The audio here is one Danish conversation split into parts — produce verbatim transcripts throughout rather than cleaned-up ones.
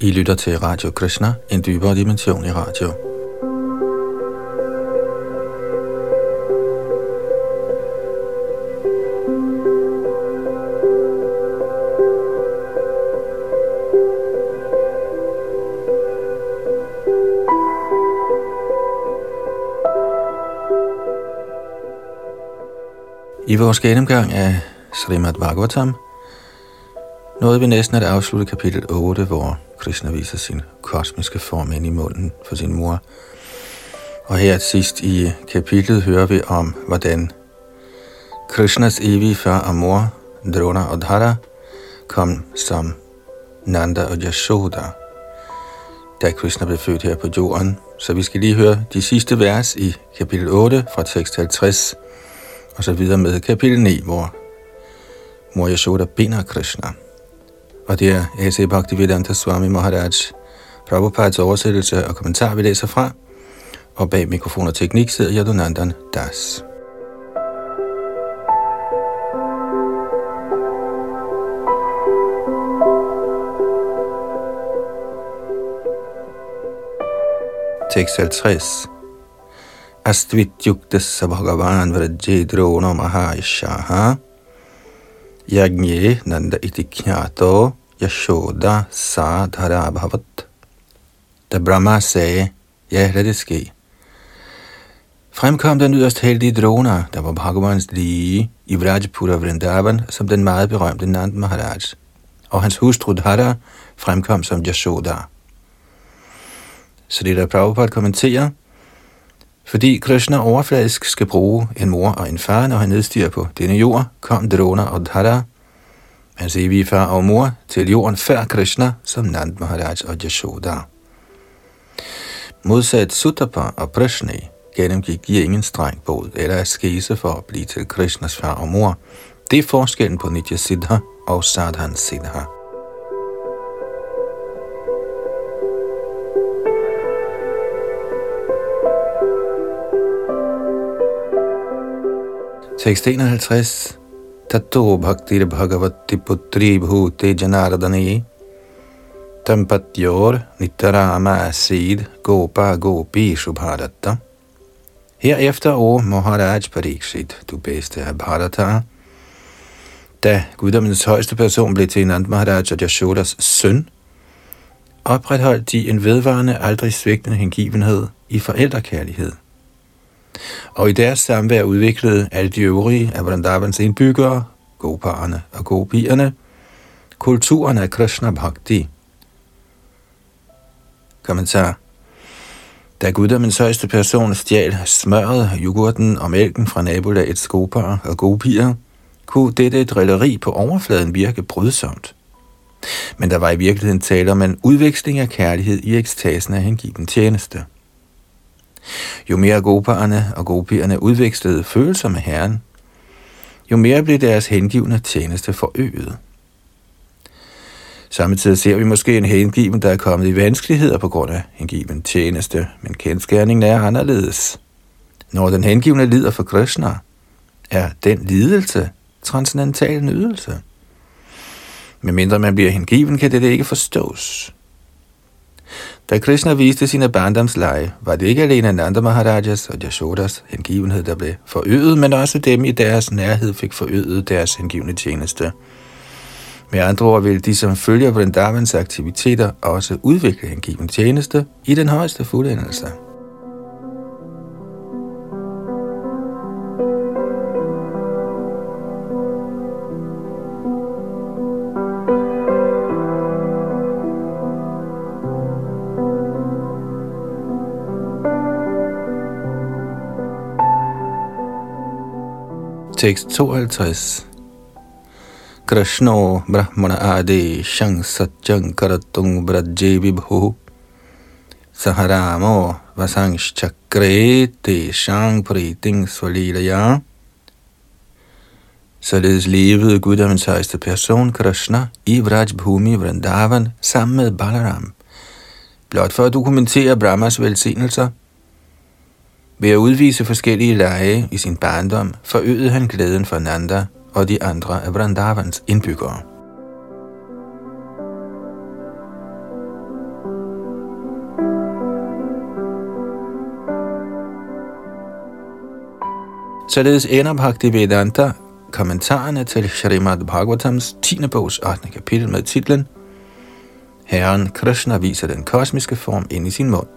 I lytter til Radio Krishna, en dybere dimension i radio. I vores gennemgang af Srimad Bhagavatam nåede vi næsten at afslutte kapitel otte, hvor Krishna viser sin kosmiske form ind i munden for sin mor. Og her sidst i kapitlet hører vi om, hvordan Krishnas evige far og mor, Drona og Dhara, kom som Nanda og Yashoda, da Krishna blev født her på jorden. Så vi skal lige høre de sidste vers i kapitel otte fra tekst halvtreds, og så videre med kapitel ni, hvor mor Yashoda binder Krishna. Og det er A C Bhaktivedanta Swami Maharaj Prabhupads oversættelse og kommentar, vi læser fra. Og bag mikrofon og teknik sidder Yadunandan Das. Tekst halvtreds. Astvityuktas Bhagavan Vraje Drona Mahayashaha Yagnye Nanda Itikyato Yashoda Sadhara Bhavat. Da Brahma sagde, ja, lad det ske, fremkom den yderst heldige Drona, der var Bhagavans lige i Vrajapura Vrindavan, som den meget berømte Nand Maharaj, og hans hustru Dhara fremkom som Yashoda. Så det der Prabhupada kommenterer, fordi Krishna overfladisk skal bruge en mor og en far, når han nedstiger på denne jord, kom Drona og Dhara, hans evige far og mor, til jorden før Krishna som Nand Maharaj og Yashoda. Modsat Suttapa og Prashni gennemgik de ingen streng bod eller askese for at blive til Krishnas far og mor. Det er forskellen på Nitya Siddha og Sadhan Siddha. Tekst enoghalvtreds. Tato bhaktir bhagavati putri bhute janardani tampatyor nitarama asid gopa gopi shubhadatta. Herefter, o Maharaj Parikshit, du bedste af Bharata, da guddommens højeste person blev til Nand Maharaj og Yashodas søn, opretholdt de en vedvarende, aldrig svigtende hengivenhed i forældrekærlighed. Og i deres samvær udviklede alle de øvrige af Vrindavans indbyggere, goparerne og gopierne, kulturen af Krishna Bhakti. Kommentar. Da guddommens højeste person stjal smøret, yoghurten og mælken fra nabolagets goparer og gopier, kunne dette drilleri på overfladen virke brydsomt. Men der var i virkeligheden tale om en udveksling af kærlighed i ekstasen af hengiven tjeneste. Jo mere goparerne og gopierne udvekslede følelser med Herren, jo mere blev deres hengivne tjeneste forøget. Samtidig ser vi måske en hengiven, der er kommet i vanskeligheder på grund af hengiven tjeneste, men kendsgerningen er anderledes. Når den hengivne lider for Krishna, er den lidelse transcendental nydelse. Medmindre man bliver hengiven, kan dette ikke forstås. Da Krishna viste sine barndomsleje, var det ikke alene Nanda Maharajas og Yashodas hengivenhed, der blev forøget, men også dem i deres nærhed fik forøget deres hengivne tjeneste. Med andre ord vil de, som følger Vrindavans aktiviteter, også udvikle hengiven tjeneste i den højeste fuldendelse. Tekst tooghalvtreds. Krishno brahmana ade shang satyang karatung braje vibhu saharamo vasang chakre te shang priting svalilaya. Således levede guddommens højeste person Krishna i Vrajbhumi Vrindavan sammen med Balaram. Blot for at dokumentere Brahmas velsignelser, ved at udvise forskellige lege i sin barndom, forøgede han glæden for Nanda og de andre af Vrindavans indbyggere. Således ender Bhaktivedanta kommentarerne til Srimad Bhagavatams tiende bogs ottende kapitel med titlen Herren Krishna viser den kosmiske form ind i sin mund.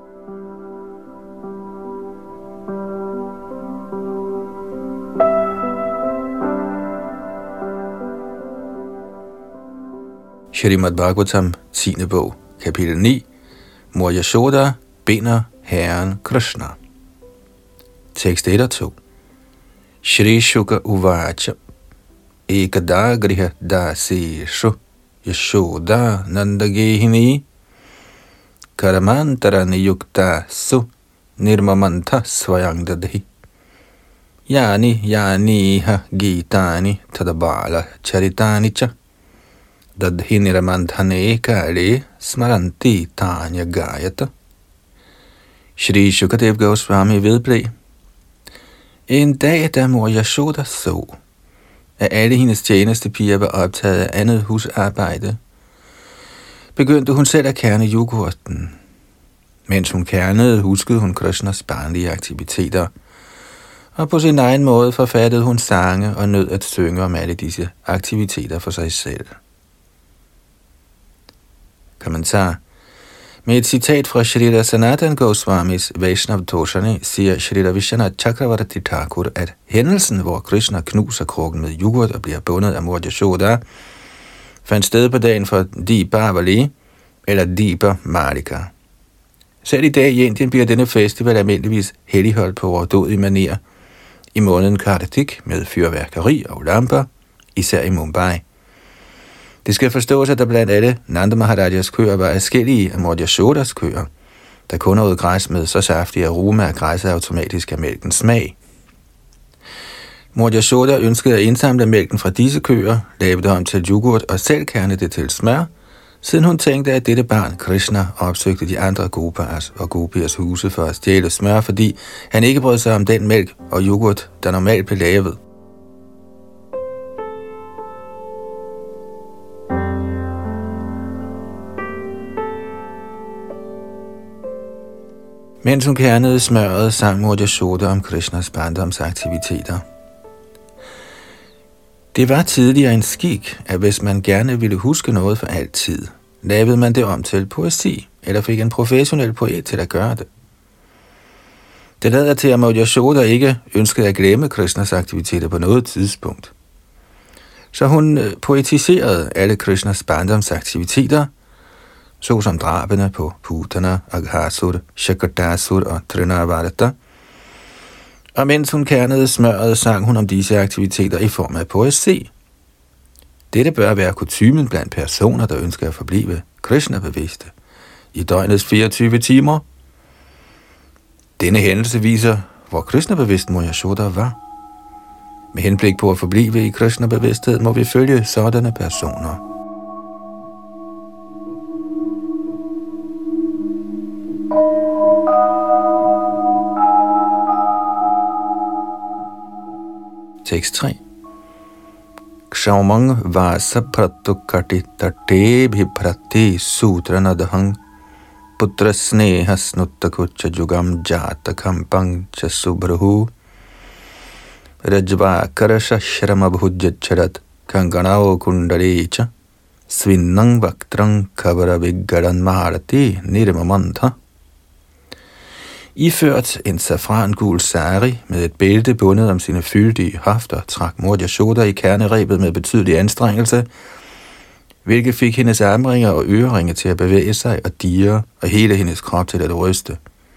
Srimad Bhagavatam, tiende bog, kapitel ni. Mor Yashoda binder Herren Krishna. Tekst et og to. Shri Shuka Uvacha Ekada Griha Daseshu Yashoda Nandagehini Karamantarani Yukta Su Nirmamanta Swayangdadhi Yani Yaniha Gitani Tadabala Charitanicha Dadhi Niramanthane Kale Smaranti Tanya Gayata. Shri Shukadev Goswami vedblev: En dag, da mor Yashoda så, at alle hendes tjenestepiger var optaget af andet husarbejde, begyndte hun selv at kærne yoghurten. Mens hun kærnede, huskede hun Krishnas barnlige aktiviteter, og på sin egen måde forfattede hun sange og nød at synge om alle disse aktiviteter for sig selv. Kommentar. Med et citat fra Shrila Sanatan Goswamis Vaishnav Toshani siger Shrila Vishwanath Chakravarti Thakur, at hændelsen, hvor Krishna knuser krukken med yoghurt og bliver bundet af mor Yashoda, fandt sted på dagen for Deepavali, eller Deepa Malika. Selv i dag i Indien bliver denne festival almindeligvis helligholdt på overdådig manér i måneden Kartik med fyrværkeri og lamper, især i Mumbai. Det skal forstås, at der blandt alle Nanda Maharajas køer var adskillige af mor Yashodas køer, der kun åd græs med så saftige aroma af græsset automatisk af mælkens smag. Mor Yashoda ønskede at indsamle mælken fra disse køer, lave det om til yoghurt og selv kærne det til smør, siden hun tænkte, at dette barn, Krishna, opsøgte de andre gopas og gopiers huse for at stjæle smør, fordi han ikke brød sig om den mælk og yoghurt, der normalt blev lavet. Mens hun kærnede smøret, sang mor Yashoda om Krishnas barndomsaktiviteter. Det var tidligere en skik, at hvis man gerne ville huske noget for altid, lavede man det om til poesi, eller fik en professionel poet til at gøre det. Det lader til, at mor Yashoda ikke ønskede at glemme Krishnas aktiviteter på noget tidspunkt. Så hun poetiserede alle Krishnas barndomsaktiviteter, såsom drabene på Putana, Aghasur, Shakadasur og Trinavarta. Og mens hun kærnede smøret, sang hun om disse aktiviteter i form af poesi. Dette bør være kutymen blandt personer, der ønsker at forblive Krishna-bevidste i døgnets fireogtyve timer. Denne hændelse viser, hvor Krishna-bevidst mor Yashoda var. Med henblik på at forblive i Krishna-bevidsthed må vi følge sådanne personer. Tekst tre. Kshaumang vasa pratukati tate bhiprati sutranadhang putra sneha snuttakucha jugam jata kampang chasubrahu rajva karasha shrama bhujjacharat kanganao kundalecha svinnang vaktrang kavara viggaran maharati nirmamantha. Iført en safrangul sari med et bælte bundet om sine fyldige hofter, trak mor Yashoda i kernerebet med betydelig anstrengelse, hvilket fik hendes armringer og øreringe til at bevæge sig og dirre, og hele hendes krop til at ryste.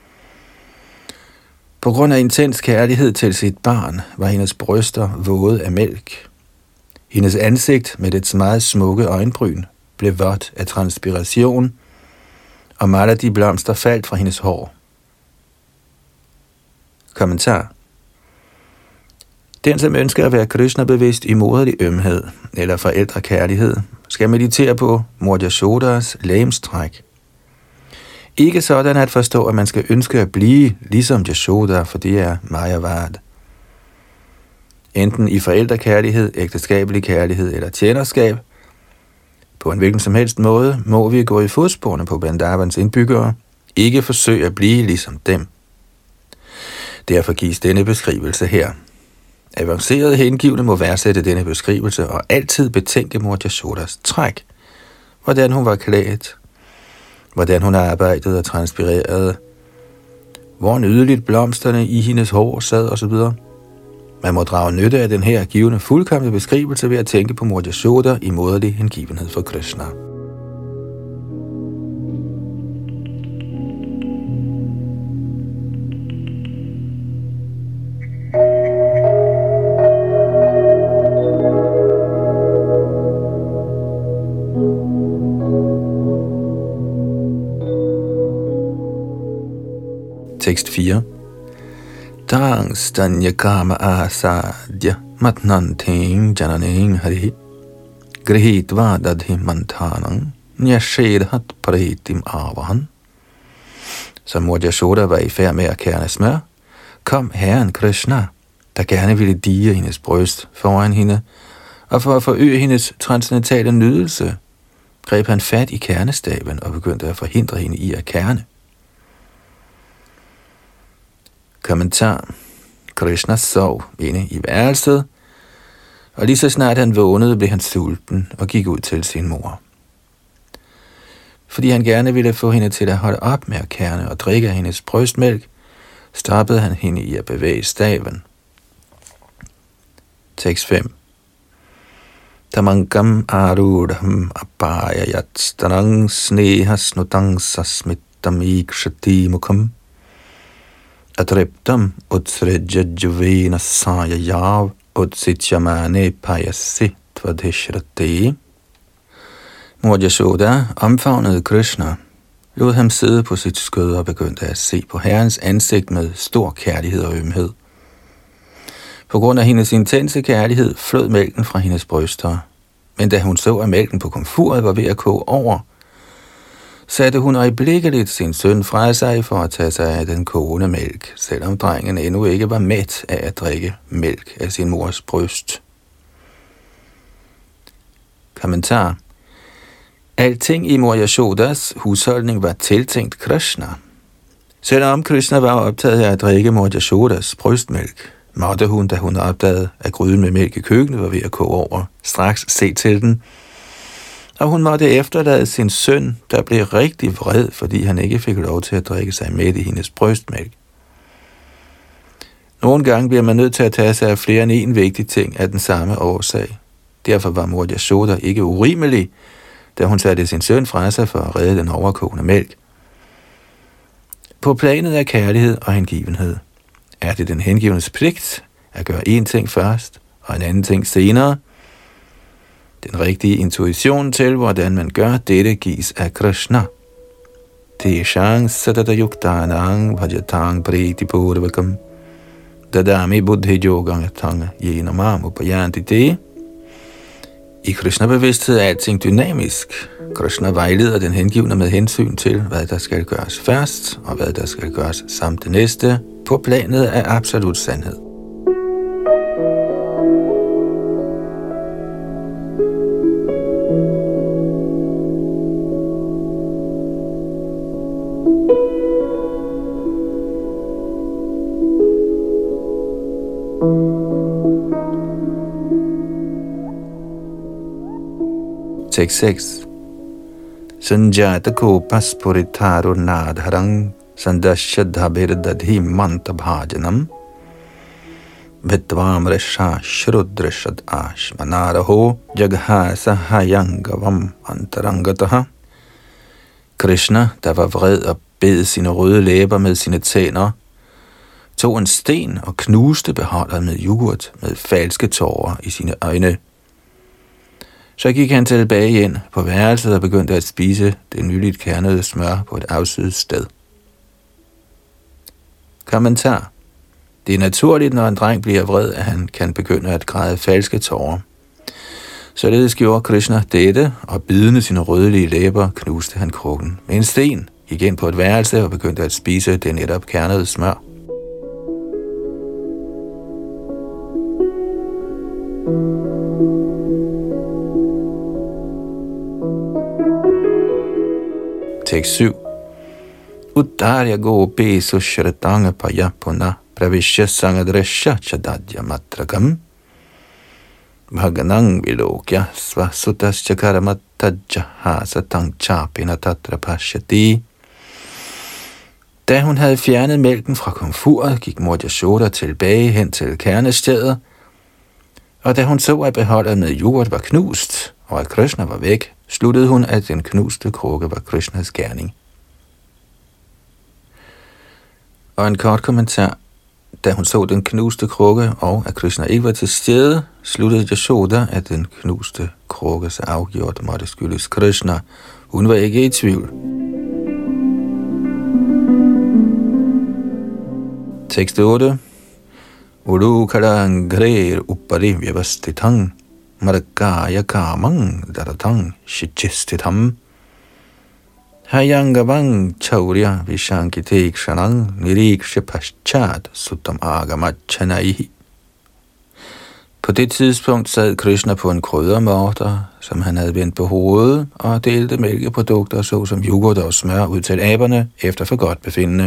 På grund af intens kærlighed til sit barn, var hendes bryster våde af mælk. Hendes ansigt med dets meget smukke øjenbryn blev vådt af transpiration, og meget af de blomster faldt fra hendes hår. Kommentar. Den, som ønsker at være Krishna-bevidst i moderlig ømhed eller forældrekærlighed, skal meditere på mor Yashodas legemstræk. Ikke sådan at forstå, at man skal ønske at blive ligesom Yashoda, for det er Mayavad. Enten i forældrekærlighed, ægteskabelig kærlighed eller tjenerskab, på en hvilken som helst måde, må vi gå i fodsporene på Vrindavans indbyggere, ikke forsøge at blive ligesom dem. Derfor gives denne beskrivelse her. Avancerede hengivne må værdsætte denne beskrivelse og altid betænke mor Yashodas træk. Hvordan hun var klædt, hvordan hun arbejdede og transpirerede, hvor nydeligt blomsterne i hendes hår sad osv. Man må drage nytte af den her givende fuldkomne beskrivelse ved at tænke på mor Yashoda i moderlig hengivenhed for Krishna. Tekst fire. Tang stanya kama asadya matnanting jananing hari grihitva dadhi mantanang nyashedhat paritim avahan. Som mor Yashoda var i færd med at kærne smør, kom herren Krishna, der gerne ville dige hendes bryst foran hende, og for at forøge hendes transcendentale nydelse, greb han fat i kernestaven og begyndte at forhindre hende i at kærne. Kommentar. Krishna sov inde i værelset, og lige så snart han vågnede, blev han sulten og gik ud til sin mor. Fordi han gerne ville få hende til at holde op med at kærne og drikke af hendes brystmælk, stoppede han hende i at bevæge staven. Tekst fem. Tamangam arudham apayayat stanang snehasnutang sasmittam ikshati mukham atriptam utsrejajvena sayayav utsitjamane payasi tvadhishrati. Mor Yashoda omfavnede Krishna, lod ham sidde på sit skød og begyndte at se på herrens ansigt med stor kærlighed og ømhed. På grund af hendes intense kærlighed flød mælken fra hendes bryster, men da hun så, at mælken på komfuret var ved at koge over, satte hun øjeblikkeligt sin søn fra sig for at tage sig af den kogende mælk, selvom drengen endnu ikke var mæt af at drikke mælk af sin mors bryst. Kommentar. Alting i mor Yashodas husholdning var tiltænkt Krishna. Selvom Krishna var optaget af at drikke mor Yashodas brystmælk, måtte hun, da hun opdagede, at gryden med mælk i køkkenet var ved at koge over, straks se til den, og hun måtte efterlade sin søn, der blev rigtig vred, fordi han ikke fik lov til at drikke sig med i hendes brystmælk. Nogle gange bliver man nødt til at tage sig af flere end en vigtig ting af den samme årsag. Derfor var mor Yashoda ikke urimelig, da hun satte sin søn fra sig for at redde den overkogende mælk. På planet af kærlighed og hengivenhed er det den hengivnes pligt at gøre én ting først og en anden ting senere. Den rigtige intuition til, hvordan man gør dette, gives af Krishna. Teshang sadada yuktanang bhajatang priti purvakam dadami buddhi yogangatang yenamam upayanti te. I Krishna-bevidsthed er alting dynamisk. Krishna vejleder den hengivne med hensyn til, hvad der skal gøres først, og hvad der skal gøres samt det næste, på planet af absolut sandhed. Tekst seks. Sanjata kopas puritaru nadharang sandashadhabhirdadhi mantabhajanam Vetvam resha shrudrashad ashmanaraho jaghasa hayangavam antarangataha. Krishna, der var vred og bed sine røde læber med sine tænder, tog en sten og knuste beholderen med yoghurt med falske tårer i sine øjne. Så gik han tilbage ind på værelset og begyndte at spise det nyligt kernede smør på et afsides sted. Kommentar. Det er naturligt, når en dreng bliver vred, at han kan begynde at græde falske tårer. Således gjorde Krishna dette, og bidende sine rødlige læber knuste han krukken med en sten, gik ind på et værelse og begyndte at spise det netop kernede smør. Tekst syv. Uttarya gopi sushratanga payapuna pravishya sangadresha chadadya matragam bhaganang vilokya svasutasya karamatajya hasatang chapina tatra pashyati. Da hun havde fjernet mælken fra komfuret, gik mor Yashoda tilbage hen til kernestedet, og da hun så, at beholderen med yoghurt var knust, og at Krishna var væk, sluttede hun, at den knuste krukke var Krishnas gerning. Og en kort kommentar. Da hun så den knuste krukke, og at Krishna ikke var til stede, sluttede Yashoda, at den knuste krukke så afgjort måtte skyldes Krishna. Hun var ikke i tvivl. Tekst otte. Ulu kalangrer uppari vyavastithang margaya kamang daratang shichistitham hayangavang chaurya vishankite kshanang niriksha paschat suttam agamachanaihi. På det tidspunkt sad Krishna på en kryddermorter, som han havde vendt på hovedet, og delte mælkeprodukter såsom yoghurt og smør ud til aberne efter for godt befindende.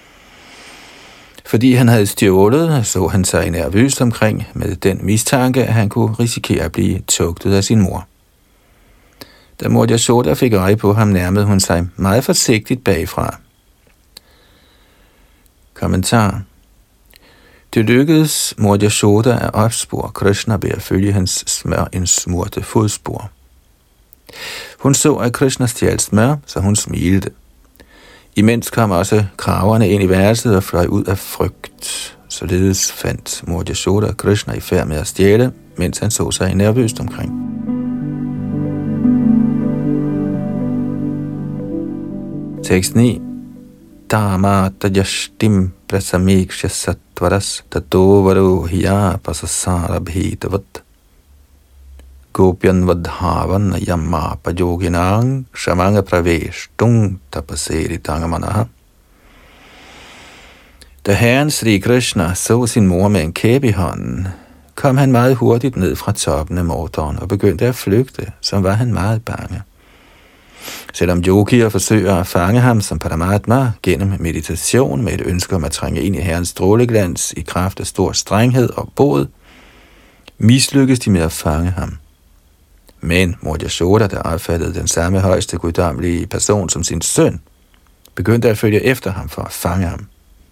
Fordi han havde stjålet, så han sig nervøst omkring med den mistanke, at han kunne risikere at blive tugtet af sin mor. Da mor Yashoda fik øje på ham, nærmede hun sig meget forsigtigt bagfra. Kommentar. Det lykkedes mor Yashoda at opspore Krishna ved at følge hans smørindsmurte fodspor. Hun så, at Krishna stjal smør, så hun smilte. Imens kom også kraverne ind i værelset og fløj ud af frygt. Således fandt mor Yashoda Krishna i færd med at stjæle, mens han så sig nervøst omkring. Tekst ni. Dama tajashtim prasamikshya sattvaras tatovaro hiya pasasara bhitavat gopyan vadhavan yamma pajoginang shamanga praveshtung tapaseri tangamanaha. Da herren Sri Krishna så sin mor med en kæbe i hånden, kom han meget hurtigt ned fra toppen af morteren og begyndte at flygte, som var han meget bange. Selvom yogier forsøger at fange ham som Paramatma gennem meditation med et ønske om at trænge ind i herrens stråleglans i kraft af stor strenghed og bod, mislykkes de med at fange ham. Men mor Yashoda, der opfattede den samme højeste guddommelige person som sin søn, begyndte at følge efter ham for at fange ham.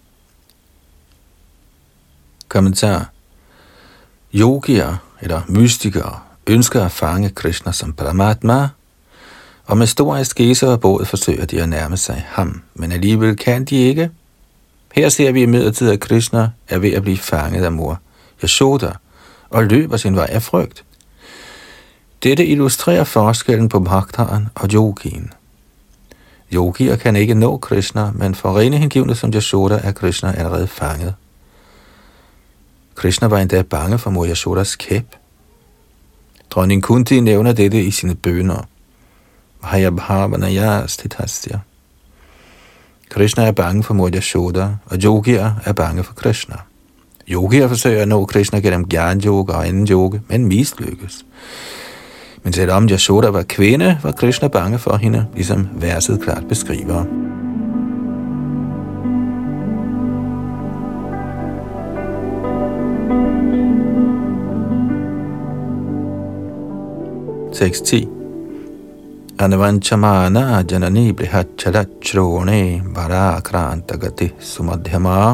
Kommentar. Yogier eller mystikere ønsker at fange Krishna som Paramatma, og med stor askese og båd forsøger de at nærme sig ham, men alligevel kan de ikke. Her ser vi imidlertid, at Krishna er ved at blive fanget af mor Yashoda og løber sin vej af frygt. Dette illustrerer forskellen på bhaktaren og yogien. Yogier kan ikke nå Krishna, men for rene hengivne som Yashoda er Krishna allerede fanget. Krishna var endda bange for mor Yashodas kæp. Dronning Kunti nævner dette i sine bønner. Krishna er bange for mor Yashoda, og yogier er bange for Krishna. Yogier forsøger at nå Krishna gennem Gyan Yoga og anden yoga, men mislykkes. Men selvom Yashoda var kvinde, var Krishna bange for hende, ligesom verset klart beskriver. Tekst ti. Anavanchamana janani brihachalachrone varakrantagati sumadhyama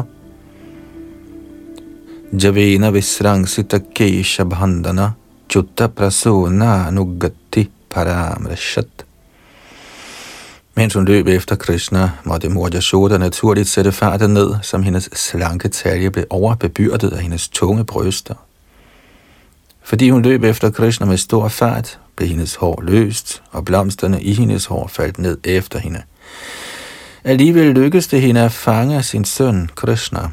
javena visrangsita kesha bandhana chutta prasona nugati paramrishat. Mens hun løb efter Krishna, måtte mor Yashoda naturligt sætte farten ned, som hendes slanke talje blev overbebyrdet af hendes tunge bryster. Fordi hun løb efter Krishna med stor fart, blev hendes hår løst, og blomsterne i hendes hår faldt ned efter hende. Alligevel lykkedes det hende at fange sin søn Krishna.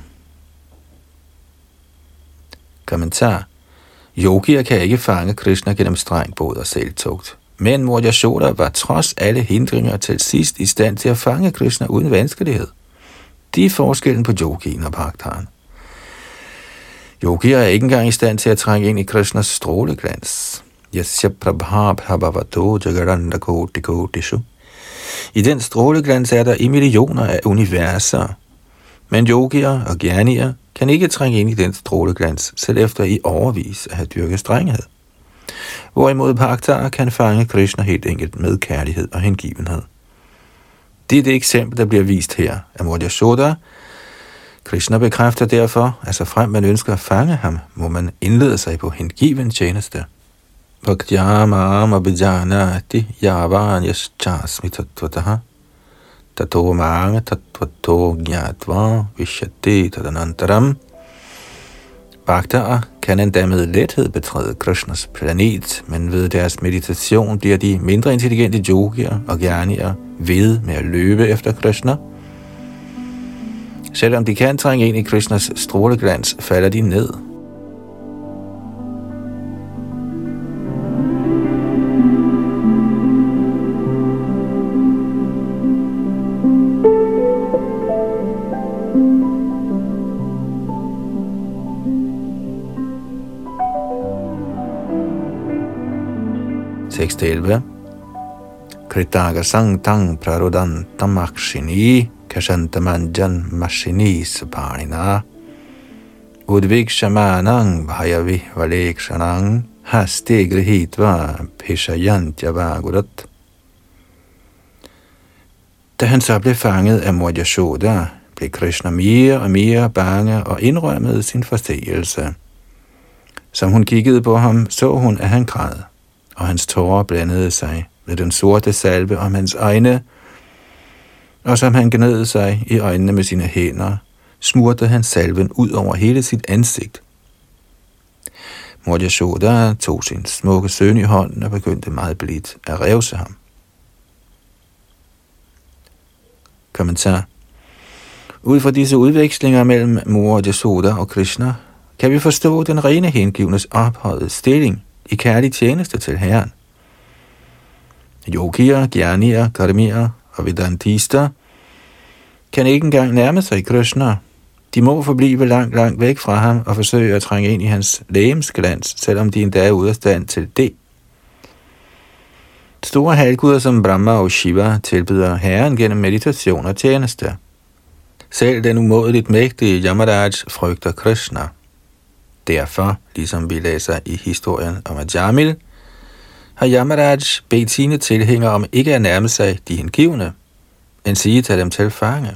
Kommentar. Yogier kan ikke fange Krishna gennem streng bod og selvtugt. Men mor Yashoda var trods alle hindringer til sidst i stand til at fange Krishna uden vanskelighed. De er forskellen på yogien og bhaktaren. Yogier er ikke engang i stand til at trænge ind i Krishnas stråleglans. Yasya prabha prabhavato jagaranda koti kotishu. I den stråleglans er der i millioner af universer. Men yogier og gyanier kan ikke trænge ind i den stråleglans, selv efter i overvis at have dyrket strenghed. Hvorimod Bhaktaer kan fange Krishna helt enkelt med kærlighed og hengivenhed. Det er det eksempel, der bliver vist her af Mor Yashoda. Krishna bekræfter derfor, at så frem man ønsker at fange ham, må man indlede sig på hengiven tjeneste. Bhaktyamam abhijanati yavan yaschasmi tattvataha tato mange tattvato gyatva vishyate tadanantaram. Bhaktaer kan endda med lethed betræde Krishnas planet, men ved deres meditation bliver de mindre intelligente yogier og gyanier ved med at løbe efter Krishna. Selvom de kan trænge ind i Krishnas stråleglans, falder de ned. Tekst elleve. Kritaga sangtang prarodan tamakshini kashantamanjan mashini saparina udvikshamanang bhayavi valekshanang haste grihitva peshayantya vagurat. Da han så blev fanget af Mor Yashoda, blev Krishna mere og mere bange og indrømmede sin forseelse. Som hun kiggede på ham, så hun, at han græd, og hans tårer blandede sig med den sorte salve om hans øjne, og som han gned sig i øjnene med sine hænder, smurte han salven ud over hele sit ansigt. Mor Yashoda tog sin smukke søn i hånden og begyndte meget blidt at revse ham. Kommentar. Ud fra disse udvekslinger mellem Mor Yashoda og Krishna, kan vi forstå den rene hengivnes ophøjede stilling i kærlig tjeneste til Herren. Yogier, gyanier, karmier og vedantister kan ikke engang nærme sig Krishna. De må forblive langt, langt væk fra ham og forsøge at trænge ind i hans legemsglans, selvom de endda er ude af stand til det. Store halvguder som Brahma og Shiva tilbyder Herren gennem meditation og tjeneste. Selv den umådeligt mægtige Yamaraj frygter Krishna. Derfor, ligesom vi læser i historien om Ajamil, har Yamaraj bedt sine tilhængere om ikke at nærme sig de hengivne, end sige tage dem til fange.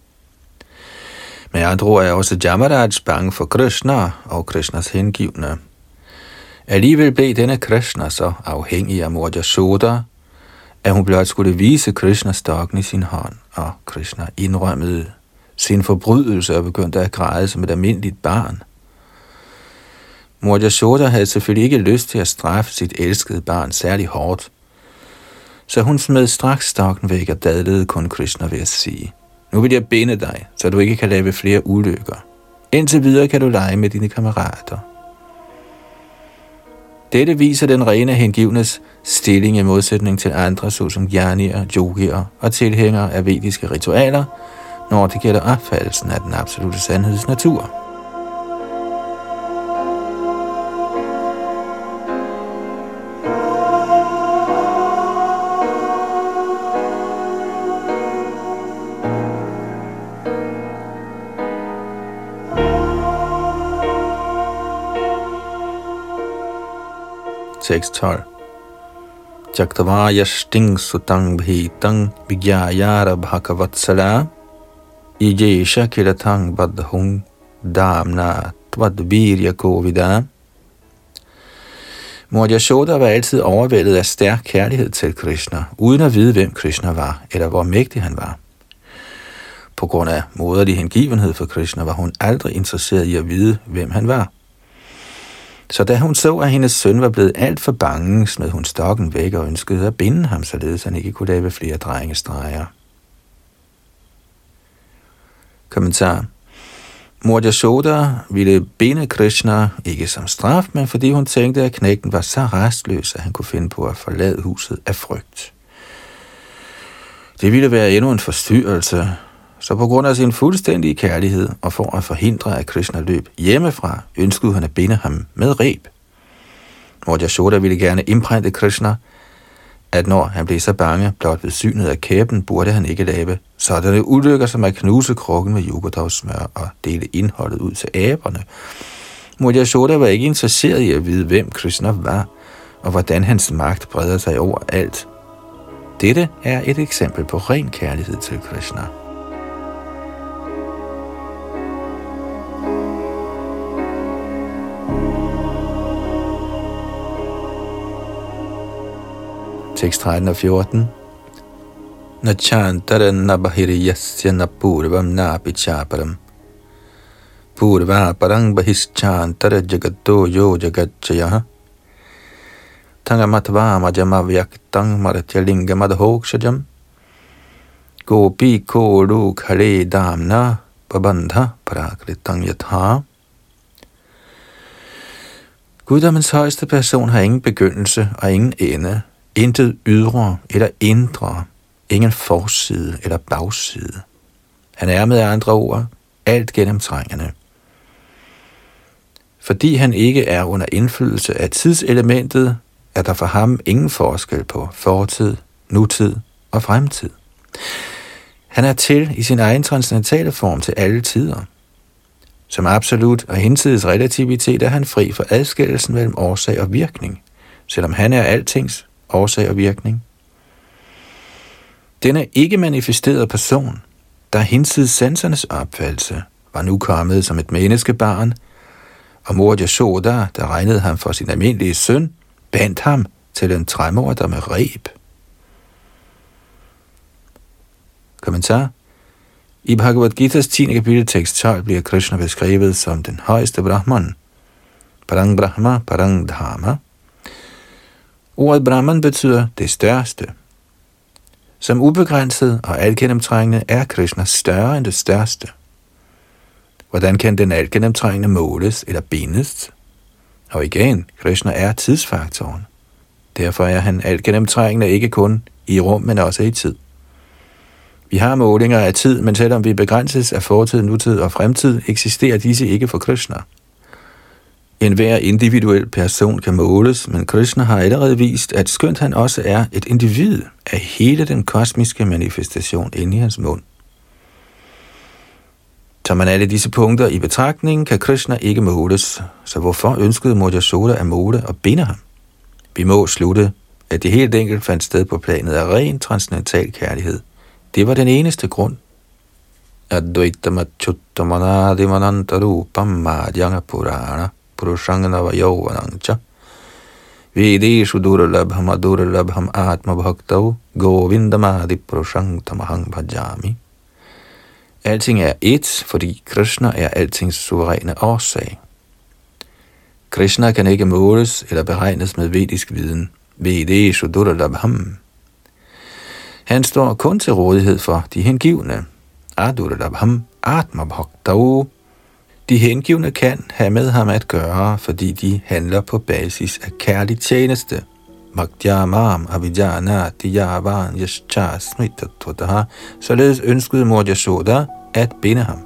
Med andre ord er også Yamaraj bange for Krishna og Krishnas hengivne. Alligevel blev denne Krishna så afhængig af Mor Yashoda, at hun blot skulle vise Krishna stokken i sin hånd, og Krishna indrømmede sin forbrydelse og begyndte at græde som et almindeligt barn. Mor Yashoda havde selvfølgelig ikke lyst til at straffe sit elskede barn særlig hårdt, så hun smed straks stokken væk og dadlede kun Krishna ved at sige: Nu vil jeg binde dig, så du ikke kan lave flere ulykker. Indtil videre kan du lege med dine kammerater. Dette viser den rene hengivnes stilling i modsætning til andre, såsom gyanier, yogier og tilhængere af vediske ritualer, når det gælder opfattelsen af den absolute sandheds natur. Tekst tolv. Jaktava yashting sutang bhitang vigyayara bhakavatsala ijesha kiratang badhung damna tvadvirya kovida. Mor Yashoda var altid overvældet af stærk kærlighed til Krishna, uden at vide, hvem Krishna var, eller hvor mægtig han var. På grund af moderlig hengivenhed for Krishna var hun aldrig interesseret i at vide, hvem han var. Så da hun så, at hendes søn var blevet alt for bange, smed hun stokken væk og ønskede at binde ham, således han ikke kunne lave flere drengestreger. Kommentar. Mor Yashoda ville binde Krishna, ikke som straf, men fordi hun tænkte, at knægten var så restløs, at han kunne finde på at forlade huset af frygt. Det ville være endnu en forstyrrelse, så på grund af sin fuldstændige kærlighed og for at forhindre, at Krishna løb hjemmefra, ønskede han at binde ham med reb. Mor Yashoda ville gerne indprinte Krishna, at når han blev så bange blot ved synet af kæben, burde han ikke lave sådanne ulykker som at knuse krukken med yoghurtavsmør og dele indholdet ud til aberne. Mor Yashoda var ikke interesseret i at vide, hvem Krishna var, og hvordan hans magt breder sig over alt. Dette er et eksempel på ren kærlighed til Krishna. Tekst tretten og fjorten. Na chantaran na bahiriyasya na purvam na pichaparam. Purva parang bahischantara jagato yo jagatchayaha. Tangamatva majama vyaktang maratyalinga madhokshajam. Gopi kodu khale damna babandha parakritang yatha. Guddommens højeste person har ingen begyndelse og ingen ende. Intet ydre eller indre, ingen forside eller bagside. Han er med andre ord alt gennemtrængende. Fordi han ikke er under indflydelse af tidselementet, er der for ham ingen forskel på fortid, nutid og fremtid. Han er til i sin egen transcendentale form til alle tider. Som absolut og hinsides relativitet er han fri for adskillelsen mellem årsag og virkning, selvom han er altings årsag og virkning. Denne ikke manifesterede person, der hinsides sansernes opfattelse, var nu kommet som et menneskebarn, og mor Yashoda, der regnede ham for sin almindelige søn, bandt ham til en træmorder med reb. Kommentar. I Bhagavad Gita's tiende kapitel tekst tolv bliver Krishna beskrevet som den højeste Brahman. Parang Brahma, Parang Dharma. Ordet Brahman betyder det største. Som ubegrænset og altgennemtrængende er Krishna større end det største. Hvordan kan den altgennemtrængende måles eller bindes? Og igen, Krishna er tidsfaktoren. Derfor er han altgennemtrængende ikke kun i rum, men også i tid. Vi har målinger af tid, men selvom vi begrænses af fortid, nutid og fremtid, eksisterer disse ikke for Krishna. En hver individuel person kan måles, men Krishna har allerede vist, at skønt han også er et individ af hele den kosmiske manifestation inde i hans mund. Tager man alle disse punkter i betragtning, kan Krishna ikke måles, så hvorfor ønskede mor Yashoda at måle og binde ham? Vi må slutte, at det helt enkelt fandt sted på planet af ren transcendental kærlighed. Det var den eneste grund. Advaitamachuttamanadimanantarupam madhyanga purana purushangana yauvanangcha vedeshu durlabham adurlabham atmabhaktav govindamadi purushang tamahang bhajami. Alting er ét, fordi Krishna er altings suveræne årsag. Krishna kan ikke måles eller beregnes med vedisk viden. Vedeshu durlabham. Han står kun til rådighed for de hengivne. Adurlabham atmabhaktav. De hengivne kan have med ham at gøre, fordi de handler på basis af kærlig tjeneste. Bhaktyamam avidjana diyavan yashcha smritattvataha. Således ønskede mor Yashoda at binde ham.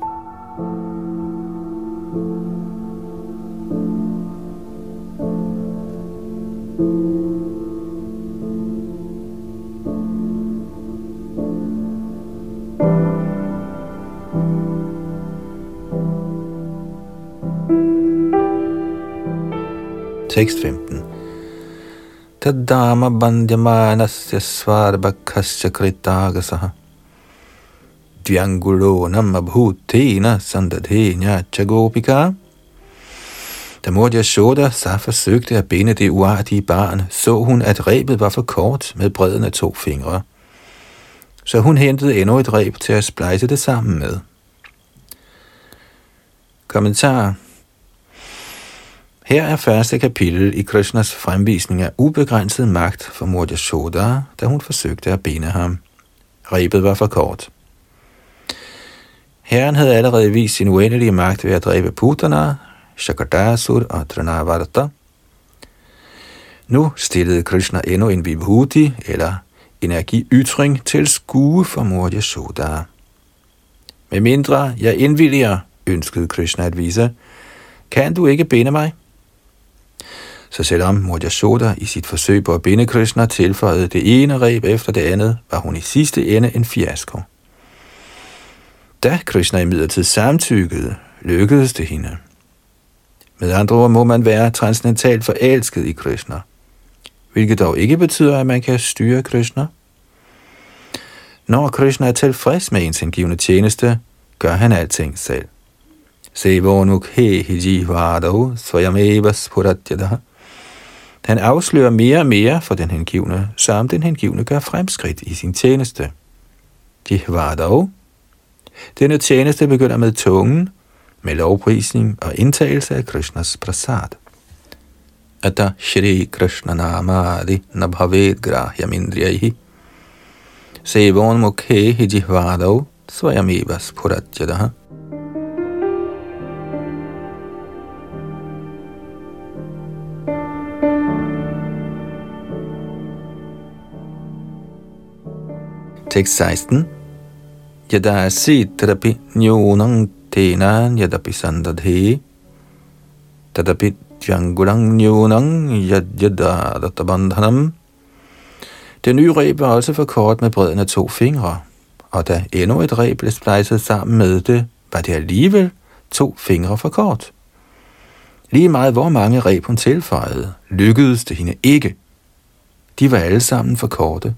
Tekst femten. Tadama bandyamanasya svarbhakkasya kritagasaha dvyangulonam abhutena sandadhenya chagopika. Da mor Yashoda så forsøgte at binde det uartige barn, så hun, at rebet var for kort med bredden af to fingre. Så hun hentede endnu et reb til at splejse det sammen med. Kommentar. Her er første kapitel i Krishnas fremvisning af ubegrænset magt for mor Yashoda, da hun forsøgte at binde ham. Rebet var for kort. Herren havde allerede vist sin uendelige magt ved at dræbe Putana, Shakadasur og Trinavarta. Nu stillede Krishna endnu en vibhuti, eller energiytring, til skue for mor Yashoda. Med mindre jeg indvilliger, ønskede Krishna at vise, kan du ikke binde mig? Så selvom mor Yashoda i sit forsøg på at binde Krishna tilføjede det ene reb efter det andet, var hun i sidste ende en fiasko. Da Krishna imidlertid samtykkede, lykkedes det hende. Med andre ord må man være transcendentalt forelsket i Krishna, hvilket dog ikke betyder, at man kan styre Krishna. Når Krishna er tilfreds med ens hengivne tjeneste, gør han alting selv. Han afslører mere og mere for den hengivne, samt den hengivne gør fremskridt i sin tjeneste. Denne tjeneste begynder med tungen, med lovprisning og indtagelse af Krishnas prasad. Ata Shri Krishna Namadi Nabhavet Grahyam Indriyahi Sevon Mukhe Jihvadav Swayameva Spuratyadaha. Tekst seksten. Yada sitrapi nyunang tenan yadapi sandadhe tadapi djangurang nyunang yadjadatabandhanam. Det nye reb var også for kort med bredden af to fingre, og da endnu et reb blev splejset sammen med det, var det alligevel to fingre for kort. Lige meget hvor mange reb hun tilføjede, lykkedes det hende ikke. De var alle sammen for korte.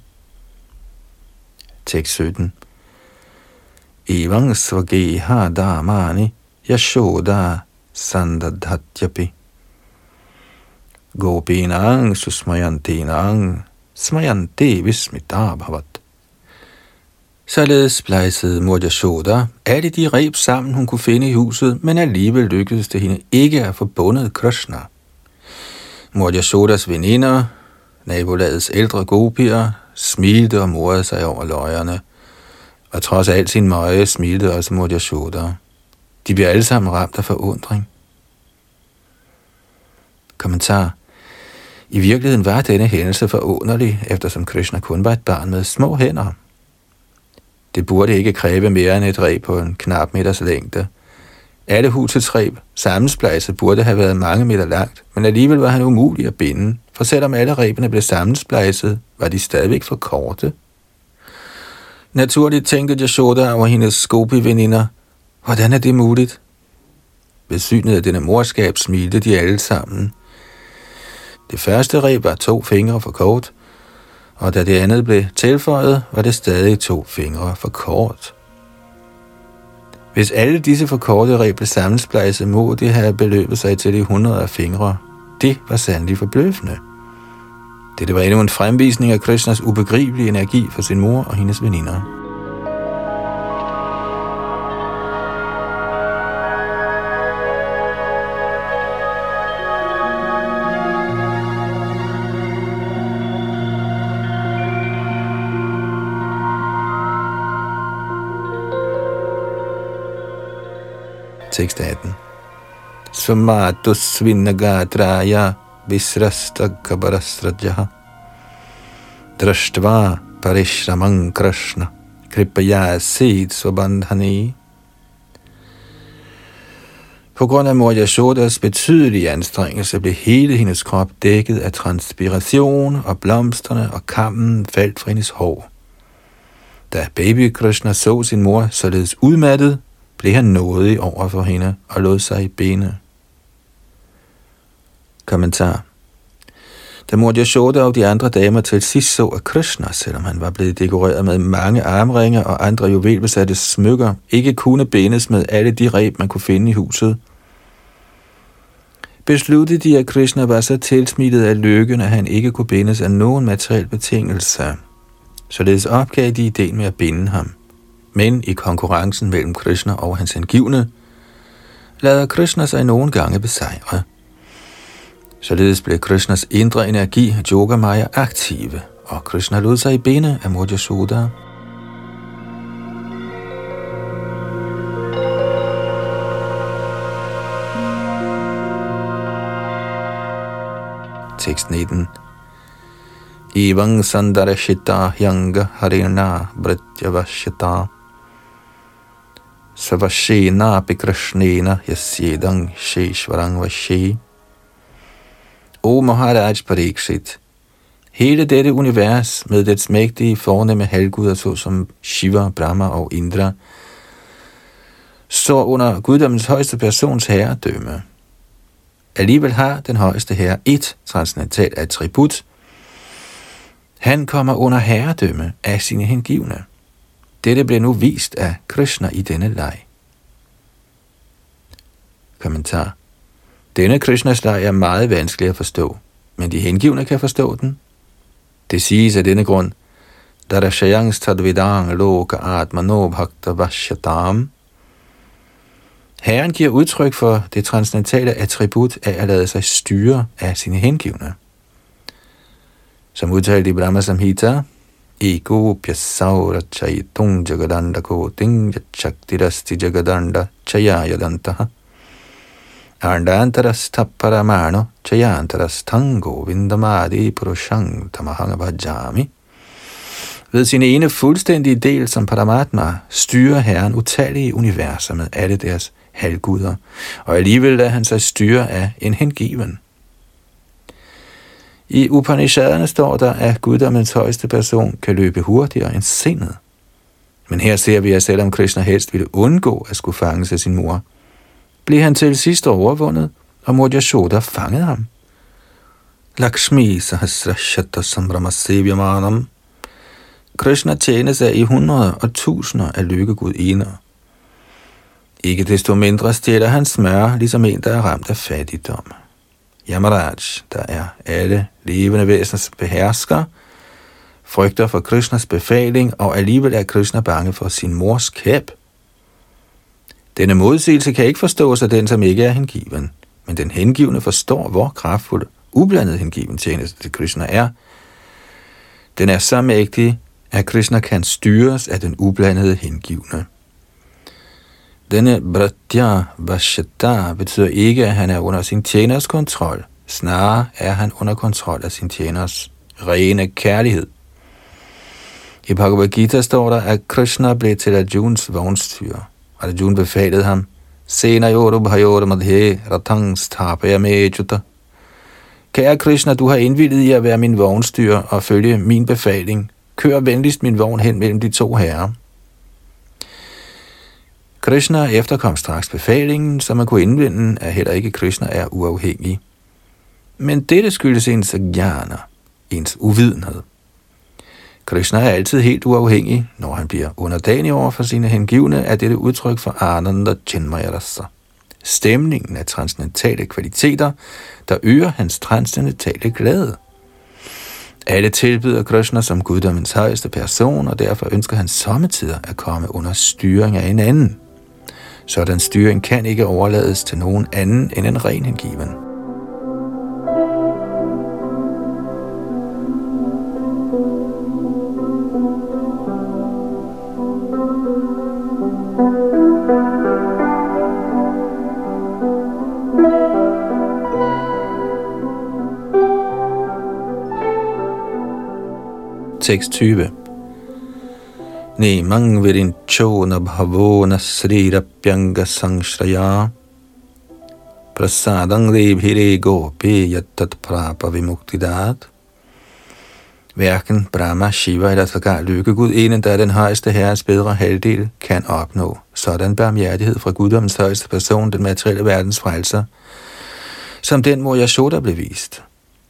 Tekst sytten. Evang svageha damani yashoda sandadhatyapi gopinang susmayantinang smayante vismitabhavat. Således splejsede mor Yashoda alle de reb sammen, hun kunne finde i huset, men alligevel lykkedes det hende ikke at få bundet Krishna. Mor Yashodas veninder, nabolagets ældre gopier, smilte og morede sig over løjerne, og trods alt sin møje smilte også mor Yashoda. De blev alle sammen ramt af forundring. Kommentar. I virkeligheden var denne hændelse forunderlig, eftersom Krishna kun var et barn med små hænder. Det burde ikke kræve mere end et reb på en knap meters længde. Alle husets reb sammensplejset burde have været mange meter langt, men alligevel var han umulig at binde, for selvom alle rebene blev sammensplejset, var de stadigvæk for korte. Naturligt tænkte Yashoda over hendes skopi-veninder, hvordan er det muligt? Ved synet af denne morskab smilte de alle sammen. Det første reb var to fingre for kort, og da det andet blev tilføjet, var det stadig to fingre for kort. Hvis alle disse forkortede reb blev sammensplejset, må det have beløbet sig til de hundrede af fingre. Det var sandelig forbløffende. Dette var endnu en fremvisning af Krishnas ubegribelige energi for sin mor og hendes veninder. Tekst atten. Svamatus svinagatraya visrasta kabarasrajaha drashtva parishramang krishna kripaya sid svabandhani. På grund af mor Yashodas betydelige anstrengelse blev hele hendes krop dækket af transpiration, og blomsterne og kammen faldt fra hendes hår. Da baby Krishna så sin mor således udmattet, blev han nådig over for hende og lod sig i bene. Kommentar. Da mor Yashoda og de andre damer til sidst så, at Krishna, selvom han var blevet dekoreret med mange armringe og andre juvelbesatte smykker, ikke kunne bindes med alle de reb, man kunne finde i huset, besluttede de, at Krishna var så tilsmittet af lykken, at han ikke kunne bindes af nogen materiel betingelse. Således opgav de ideen med at binde ham. Men i konkurrencen mellem Krishna og hans hengivne, lader Krishna sig nogle gange besejre. Således blev Krishnas indre energi, Yogamaya, aktive, og Krishna lod sig i bene af mor Yashoda. Tekst nitten. Evang sandarashita hyanga harina brityavashyata savashena pikrashnena yasyedang sheshvarang vashi. O Maharaj Pariksit, hele dette univers med dets mægtige fornemme halvguder såsom Shiva, Brahma og Indra står under guddommens højeste persons herredømme. Alligevel har den højeste herre et transcendentalt attribut. Han kommer under herredømme af sine hengivne. Dette blev nu vist af Krishna i denne leg. Kommentar. Denne Krishnas leg er meget vanskelig at forstå, men de hengivne kan forstå den. Det siges af denne grund, Darashayang stadvidang loka atmano bhakta vashyatam. Herren giver udtryk for det transcendentale attribut af at lade sig styre af sine hengivne. Som udtalt i Brahma Samhita, Ego pyasaura chaitung jagadanda koting yachaktirasti jagadanda chayayadantaha Arndantaras tapparamano chayantaras tango vindamadi purushang tamahanga bhajami. Ved sin ene fuldstændige del som Paramatma styrer Herren utallige universer med alle deres halvguder, og alligevel lader han sig styre af en hengiven. I Upanishaderne står der, at guddommens højeste person kan løbe hurtigere end sindet. Men her ser vi, at selvom Krishna helst ville undgå at skulle fanges af sin mor, blev han til sidst overvundet, og mor Yashoda fangede ham. Lakshmi sahasrashata sambramasevyamaanam. Krishna tjenes af i hundreder og tusinder af lykkegudinder. Ikke desto mindre stjæler han smør, ligesom en, der er ramt af fattigdom. Yamaraj, der er alle levende væseners behersker, frygter for Krishnas befaling, og alligevel er Krishna bange for sin mors kæp. Denne modsigelse kan ikke forstås af den, som ikke er hengiven, men den hengivne forstår, hvor kraftfuld ublandet hengiven tjeneste til Krishna er. Den er så mægtig, at Krishna kan styres af den ublandede hengivne. Denne Bratya Vashyata betyder ikke, at han er under sin tjeners kontrol. Snarere er han under kontrol af sin tjeners rene kærlighed. I Bhagavad Gita står der, at Krishna blev til Arjuns vognstyrer. Arjun befalede ham, Sena yoru bhayoru madhe ratang sthapayame juta. Kære Krishna, du har indvilget i at være min vognstyrer og følge min befaling. Kør venligst min vogn hen mellem de to herrer. Krishna efterkom straks befalingen, så man kunne indvende, at heller ikke Krishna er uafhængig. Men dette skyldes ens jnana, ens uvidenhed. Krishna er altid helt uafhængig. Når han bliver underdanig over for sine hengivne, er dette udtryk for Ananda Chinmaya Rasa. Stemningen af transcendentale kvaliteter, der øger hans transcendentale glæde. Alle tilbyder Krishna som guddommens højeste person, og derfor ønsker han sommetider at komme under styring af en anden. Sådan styring kan ikke overlades til nogen anden end en ren hengiven. Tekst tyve. Nemang virinchona bhavona srirapyanga sangshraya prasadang devhire gopi yattat prapa vimuktidat. Hverken Brahma, Shiva eller sågar lykkegudinde, der er den højeste herres bedre halvdel, kan opnå sådan barmhjertighed fra guddommens højeste person, den materielle verdens frelser, som den mor Yashoda blev vist.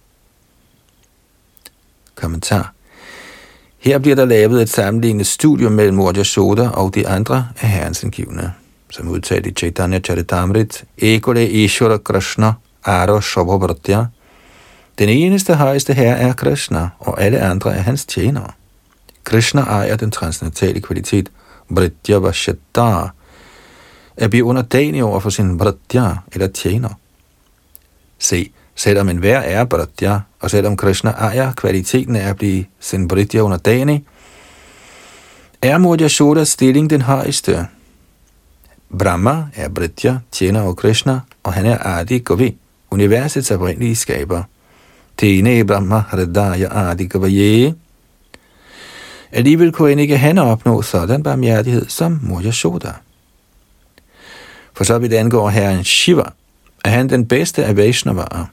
Kommentar. Her bliver der lavet et sammenlignende studium mellem mor Yashoda og de andre af herrens hengivne, som udtalt i Chaitanya Charitamrit, Ekole Ishvara Krishna Aro Shobhabhratya. Den eneste højeste herre er Krishna, og alle andre er hans tjenere. Krishna ejer den transcendentale kvalitet Bratya Vashyata, at blive underdanig over for sin Bratya eller tjener. Se, selvom enhver er Bratya, og selvom Krishna ejer kvaliteten af at blive sin Bratya underdanig, er mor Yashodas stilling den højeste. Brahma er Bratya, tjener og Krishna, og han er Adi Gavi, universets oprindelige skaber. Tene Brahma Hridaya Adi Gavaye. Alligevel kunne end ikke han opnå sådan barmhjertighed som mor Yashoda. For så vidt angår herren Shiva, er han den bedste af Vaishnavaer.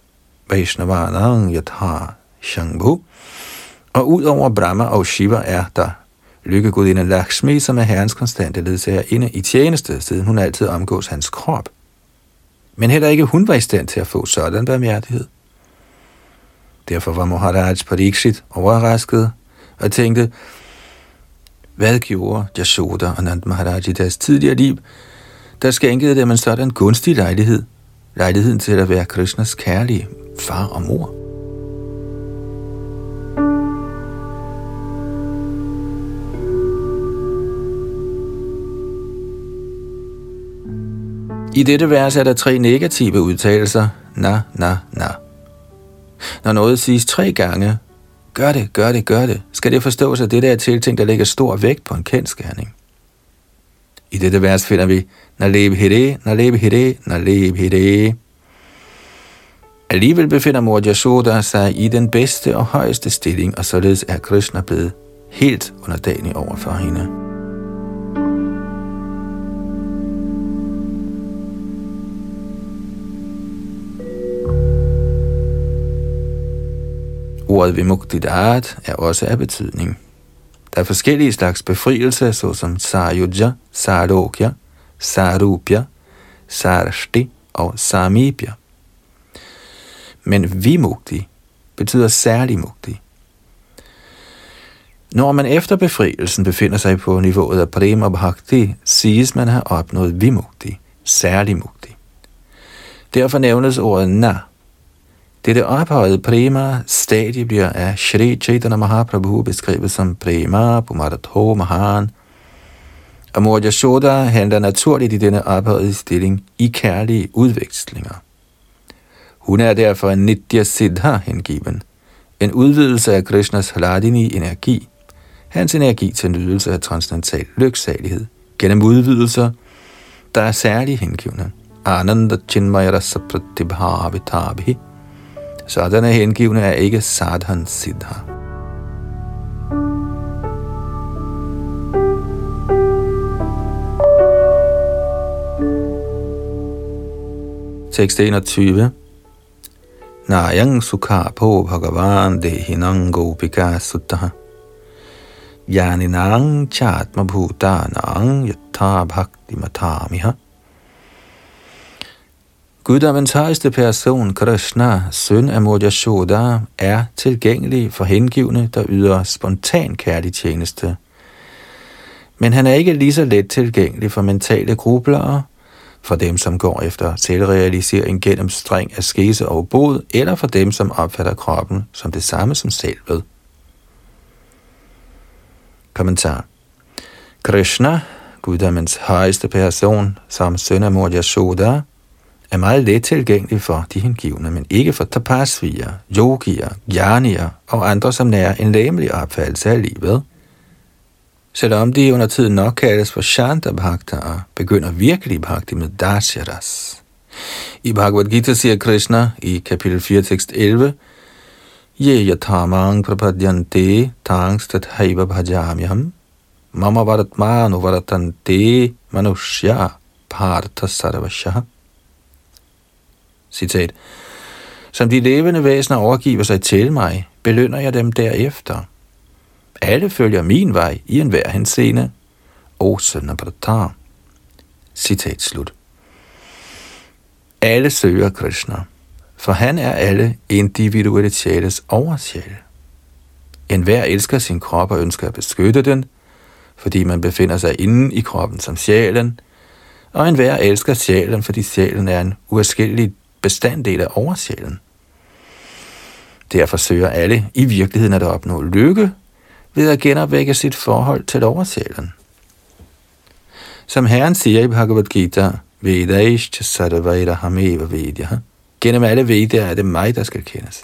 Vaishnavanang Yatha Shambhu. Og ud over Brahma og Shiva er der lykkegudinden Lakshmi, som er herrens konstante ledsagerinde i tjeneste, siden hun altid omgås hans krop. Men heller ikke hun var i stand til at få sådan barmhjertighed. Derfor var Maharaj Parikshit overrasket og tænkte, hvad gjorde Yashoda og Nand Maharaj i deres tidligere liv, der skænkede dem en sådan gunstig lejlighed, lejligheden til at være Krishnas kærlige far og mor. I dette vers er der tre negative udtalelser, na, na, na. Når noget siges tre gange, gør det, gør det, gør det, skal det forstås, at dette er tiltænkt, der lægger stor vægt på en kendsgerning. I dette vers finder vi Naleb Hire, Naleb Hire, Naleb Hire. Alligevel befinder mor Yashoda sig i den bedste og højeste stilling, og således er Krishna blevet helt underdanig over for hende. Ordet Vimuktidat er også af betydning. Der er forskellige slags befrielse, såsom Sayuja, Sarokya, Sarupya, Sarashti og Samipya. Men Vimukti betyder særlig mukti. Når man efter befrielsen befinder sig på niveauet af Prema Bhakti, siges man have opnået Vimukti, særlig mukti. Derfor nævnes ordet Na. Dette ophøjede prema stadie bliver af Shri Chaitanya Mahaprabhu beskrevet som prema pumaratho mahan. Og mor Yashoda handler naturligt i denne ophøjede stilling i kærlige udvekslinger. Hun er derfor en nitya siddha hengiven, en udvidelse af Krishnas hladini energi, hans energi til nydelse af transcendental lyksalighed, gennem udvidelser, der er særlig hengivne. Ananda chinmaya rasa pratibhavitabihi. Sådanne hengivne er ikke sadhan siddha. Tekst enogtyve. Nayang sukha po bhagavan dehinang gopika suttaha. Yaninang chatma bhutanang yatha bhakti matamiha. Guddommens højeste person, Krishna, søn af mor Yashoda, er tilgængelig for hengivne, der yder spontan kærlig tjeneste. Men han er ikke lige så let tilgængelig for mentale grublere, for dem, som går efter selvrealisering gennem streng askese og bod, eller for dem, som opfatter kroppen som det samme som selvet. Kommentar. Krishna, guddommens højeste person, som søn af mor Yashoda, er meget let tilgængelig for de hengivne, men ikke for tapasvier, yogier, jnanier og andre, som nærer en læmelig opfattelse af livet. Selvom de under tiden nok kaldes for Shanta Bhakta og begynder virkelig bhakti med Dasyaras. I Bhagavad Gita siger Krishna i kapitel fire, tekst elleve, Ye yatamang prapadyante tangstat haiva bhajamyam mama varatmanu varatante manushya partha sarvashah. Citat. Som de levende væsener overgiver sig til mig, belønner jeg dem derefter. Alle følger min vej i enhver henseende. O søn af Brata. Citat slut. Alle søger Krishna, for han er alle individualitets oversjæl. Enhver elsker sin krop og ønsker at beskytte den, fordi man befinder sig inde i kroppen som sjælen, og enhver elsker sjælen, fordi sjælen er en uadskillelig bestanddel af oversjælen. Derfor søger alle i virkeligheden at opnå lykke ved at genopvække sit forhold til oversjælen. Som Herren siger i Bhagavad Gita, Vedaishcha sarvaira hameva vedya. Gennem alle Vedaer er det mig, der skal kendes.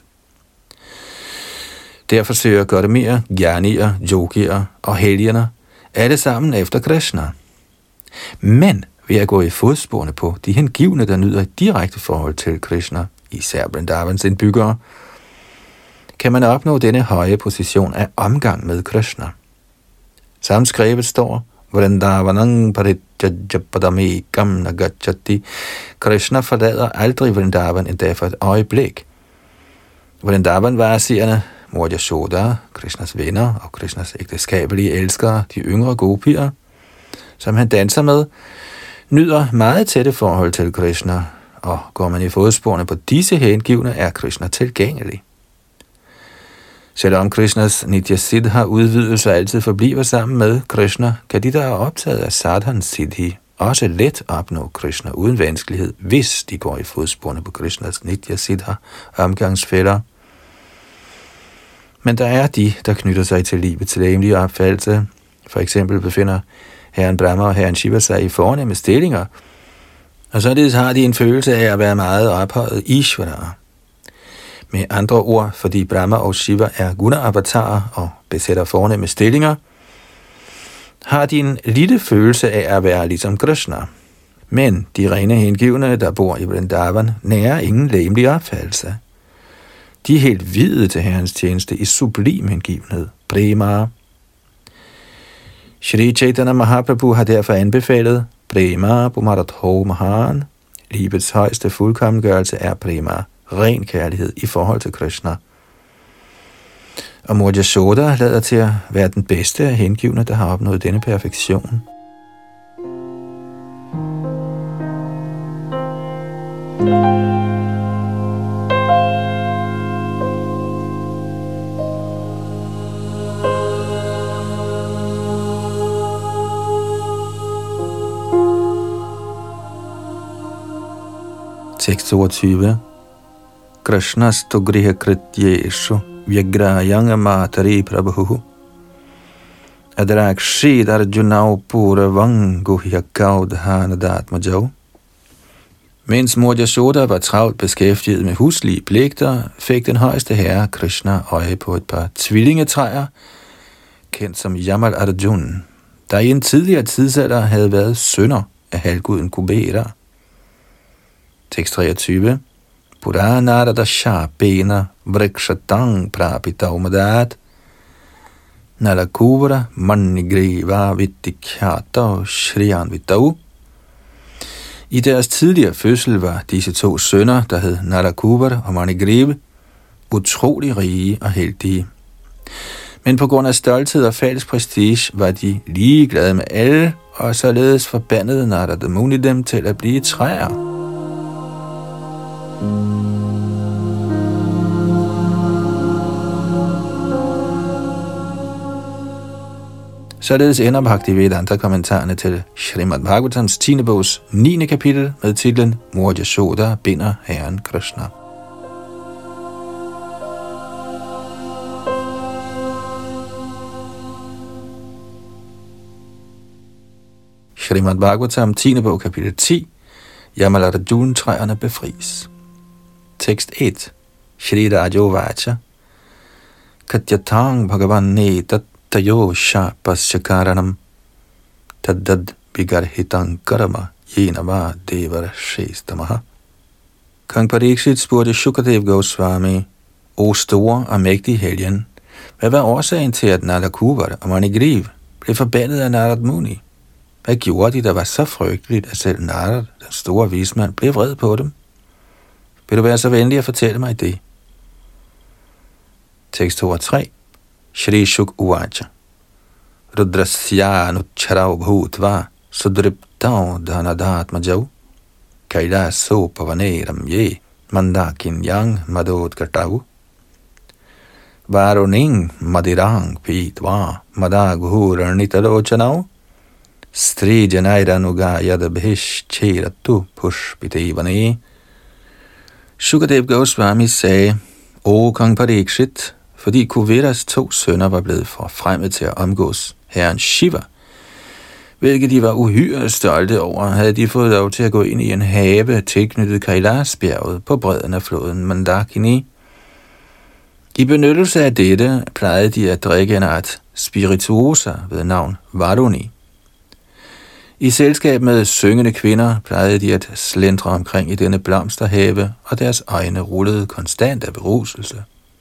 Derfor søger Gautamier, Jnanier, Yogier og helgener alle sammen efter Krishna. Men ved at gå i fodsporene på de hengivne, der nyder et direkte forhold til Krishna, især Vrindavans indbyggere, kan man opnå denne høje position af omgang med Krishna. Samt skrevet står, Vrindavanang parityajapadamekam nagachati. Krishna forlader aldrig Vrindavan endda for et øjeblik. Vrindavan-varsierne mor Yashoda, Krishnas venner og Krishnas ægteskabelige elskere, de yngre gopier, som han danser med, nyder meget tætte forhold til Krishna, og går man i fodsporene på disse hengivne, er Krishna tilgængelig. Selvom Krishnas Nitya Siddha udvidelse altid forbliver sammen med Krishna, kan de, der er optaget af Sadhan Siddhi, også let opnå Krishna uden vanskelighed, hvis de går i fodsporene på Krishnas Nitya Siddha omgangsfælder. Men der er de, der knytter sig til livets legemlige opfattelse. For eksempel befinder herren Brahma og herren Shiva sig i fornemme stillinger, og således har de en følelse af at være meget ophøjet Ishvara. Med andre ord, fordi Brahma og Shiva er guna-avatarer og besætter fornemme stillinger, har de en lille følelse af at være ligesom Krishna. Men de rene hengivne, der bor i Vrindavan, nærer ingen legemlig opfattelse. De er helt hvide til herrens tjeneste i sublim hengivenhed, prema. Shri Chaitanya Mahaprabhu har derfor anbefalet prema pumaradho mahan. Livets højeste fuldkommengørelse er prema, ren kærlighed i forhold til Krishna. Og mor Yashoda lader til at være den bedste af hengivne, der har opnået denne perfektion. Tekst toogtyve. Krishnas tu griha krityeshu vyagrayanga matari prabhu adrakshid arjunau puravam guhyakaudhanadatmajau. Mens mor Yashoda var travlt beskæftiget med huslige pligter, fik den højeste herre Krishna øje på et par tvillingetræer, kendt som Yamal Arjun, der i en tidligere tidsalder havde været sønner af halvguden Kubera. Tekst treogtyve. Puranarada Shabena Vrikshatang Prapitaumadat Nalakuvara Manigriva Vidikhyata Shriyanvitau. I deres tidligere fødsel var disse to sønner, der hed Nalakuvara og Manigrive, utrolig rige og heldige. Men på grund af stolthed og falsk prestige var de ligeglade med alle, og således forbandede Narada Muni dem til at blive træer. Således ender Bhaktivedanta-kommentarerne til Srimad Bhagavatams tiende bogs niende kapitel med titlen Mor Yashoda binder herren Krishna. Srimad Bhagavatam tiende bog kapitel ti. Yamal Arjun-træerne befries. Tekst et. Shri Rajo Vacha Katyatang Bhagavan Netat Tayo Shapasya Taddad Vigarhitang Karama Yenava Devar Shestamaha. Kong Pariksit spurgte Shukadev Goswami, O store og mægtige helgen, hvad var årsagen til, at Nalakuvara og Manigriv blev forbandet af Narad Muni? Hvad gjorde de, der var så frygteligt, at selv Narad, den store vismand, blev vred på dem? Vil du være så venlig at fortælle mig det? Tekst to og tre. Shri Shuk Uvacha Rudrasya Nucharau Bhutva Sudriptau Dhanadatmajau Kailaso Pavaneram Ye Mandakin Yang Madodgatau Varuning Madirang Pitva Madaghuranitalochanau Stri Janairanuga Bhish Cheratu Pushpitevane. Shukadev Goswami sagde, O kong Pariksit, fordi Kuveras to sønner var blevet forfremmet til at omgås herren Shiva, hvilket de var uhyre stolte over, havde de fået lov til at gå ind i en have tilknyttet Kailasbjerget på bredden af floden Mandakini. I benyttelse af dette plejede de at drikke en art spirituosa ved navn Varuni. I selskab med syngende kvinder plejede de at slendre omkring i denne blomsterhave, og deres øjne rullede konstant af beruselse.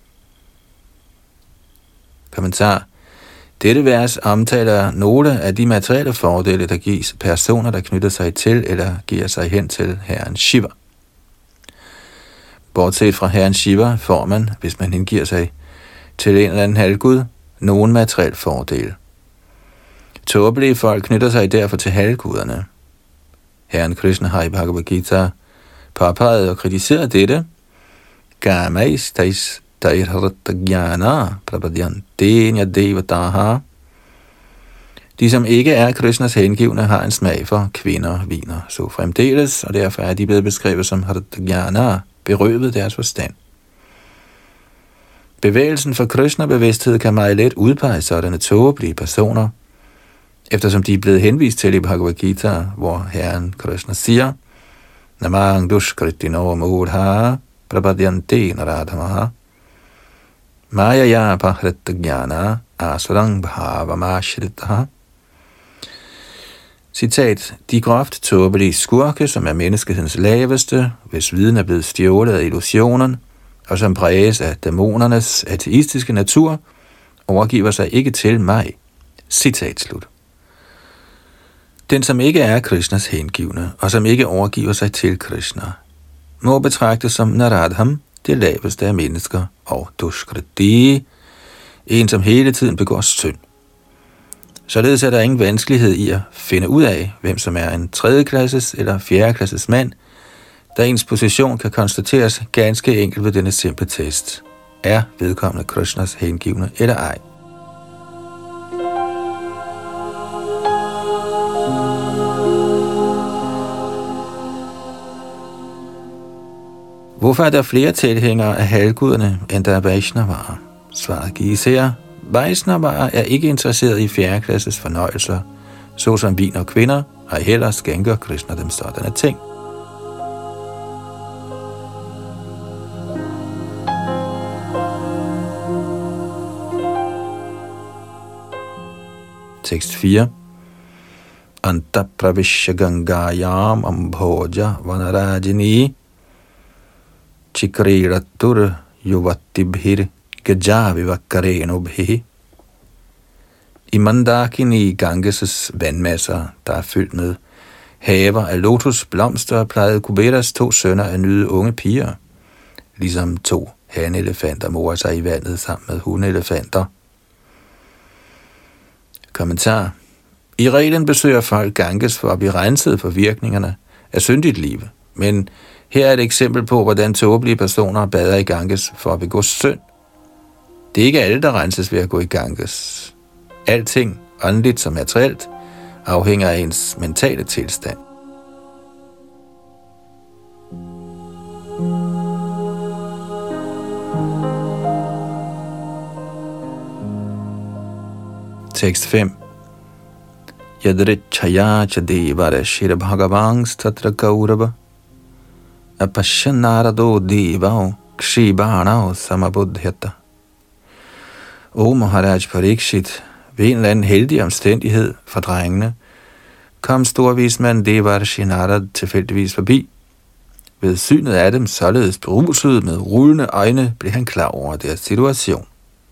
Kommentar. Dette vers omtaler nogle af de materielle fordele, der gives personer, der knytter sig til eller giver sig hen til herren Shiva. Bortset fra herren Shiva får man, hvis man hengiver sig til en eller anden halvgud nogen materiel fordel. Tåbelige folk knytter sig derfor til halvguderne. Herren Krishna har i Bhagavad Gita påpeget og kritiseret dette. Gamais tais tairharattagyana prabhadyante devataha. De, som ikke er Krishnas hengivne, har en smag for kvinder, viner, så fremdeles, og derfor er de blevet beskrevet som harattagyana, berøvet deres forstand. Bevægelsen for Krishna-bevidsthed kan meget let udpege sådanne tåbelige personer, eftersom de er blevet henvist til i Bhagavad Gita, hvor Herren Krishna siger, Namang dushkritino mudha prabhadyante naradhamaha Maya pahrittagyana asvarang bhavamashritaha. Citat, de groft tåbelige skurke, som er menneskehedens laveste, hvis viden er blevet stjålet af illusionen, og som præges af dæmonernes ateistiske natur, overgiver sig ikke til mig. Citat slut. Den, som ikke er Krishnas hengivne, og som ikke overgiver sig til Krishna, må betragtes som Naradham, det laveste af mennesker, og Dushkriti, en som hele tiden begår synd. Således er der ingen vanskelighed i at finde ud af, hvem som er en tredjeklasses eller fjerdeklasses mand, da ens position kan konstateres ganske enkelt ved denne simple test. Er vedkommende Krishnas hengivne eller ej? Hvorfor er der flere tilhængere af halvguderne, end der er Vaishnavaer? Svaret gives her. Vaishnavaer er ikke interesseret i fjerdeklasses fornøjelser, såsom vin og kvinder, og heller skænker Krishna dem sådanne ting. Tekst fire. Anta pravishya gangayam ambhoja vanarajini Chikriratur yuvatibhir gajavivakareno. I Mandakini Ganges' vandmasser, der er fyldt med haver af lotusblomster, plejede Kuberas to sønner at nyde unge piger, ligesom to hanelefanter morer sig i vandet sammen med hunelefanter. Kommentar. I reglen besøger folk Ganges for at blive renset for virkningerne af syndigt liv, men her er et eksempel på, hvordan tåbelige personer bader i Ganges for at begå synd. Det er ikke alle, der renses ved at gå i Ganges. Alting, åndeligt som materielt, afhænger af ens mentale tilstand. Tekst fem. Yadrichaya chadevara shira bhagavangs tatra kaurava apashanarado devao kshibanao samabudhyata. O Maharaj Parikshit, ved en eller anden heldig omstændighed for drengene, kom storvismand Devarshi Narad tilfældigvis forbi. Ved synet af dem, således beruset med rullende øjne, blev han klar over deres situation.